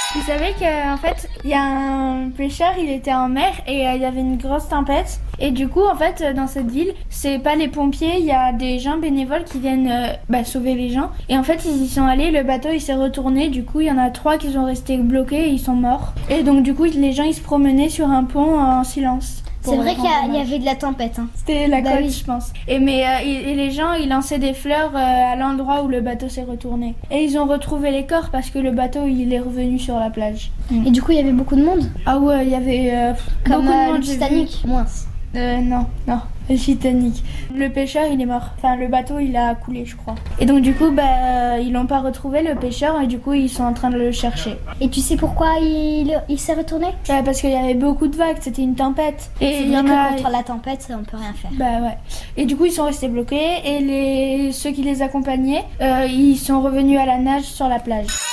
Vous savez qu'en fait, il y a un pêcheur, il était en mer et il y avait une grosse tempête. Et du coup, en fait, dans cette ville, c'est pas les pompiers, il y a des gens bénévoles qui viennent sauver les gens. Et en fait, ils y sont allés, le bateau il s'est retourné. Du coup, il y en a 3 qui sont restés bloqués et ils sont morts. Et donc, du coup, les gens ils se promenaient sur un pont en silence. C'est vrai qu'il y avait de la tempête. Hein. C'était la côte, oui. je pense. Et les gens, ils lançaient des fleurs à l'endroit où le bateau s'est retourné. Et ils ont retrouvé les corps parce que le bateau, il est revenu sur la plage. Et du coup, il y avait beaucoup de monde. Ah ouais, il y avait comme beaucoup de monde. Le Titanic. Moins. Non, le Titanic. Le pêcheur, il est mort. Enfin, le bateau, il a coulé, je crois. Et donc, du coup, ils l'ont pas retrouvé, le pêcheur, et du coup, ils sont en train de le chercher. Et tu sais pourquoi il s'est retourné? Parce qu'il y avait beaucoup de vagues, c'était une tempête. Et il y en a contre la tempête, on peut rien faire. Bah ouais. Et du coup, ils sont restés bloqués, et ceux qui les accompagnaient, ils sont revenus à la nage sur la plage.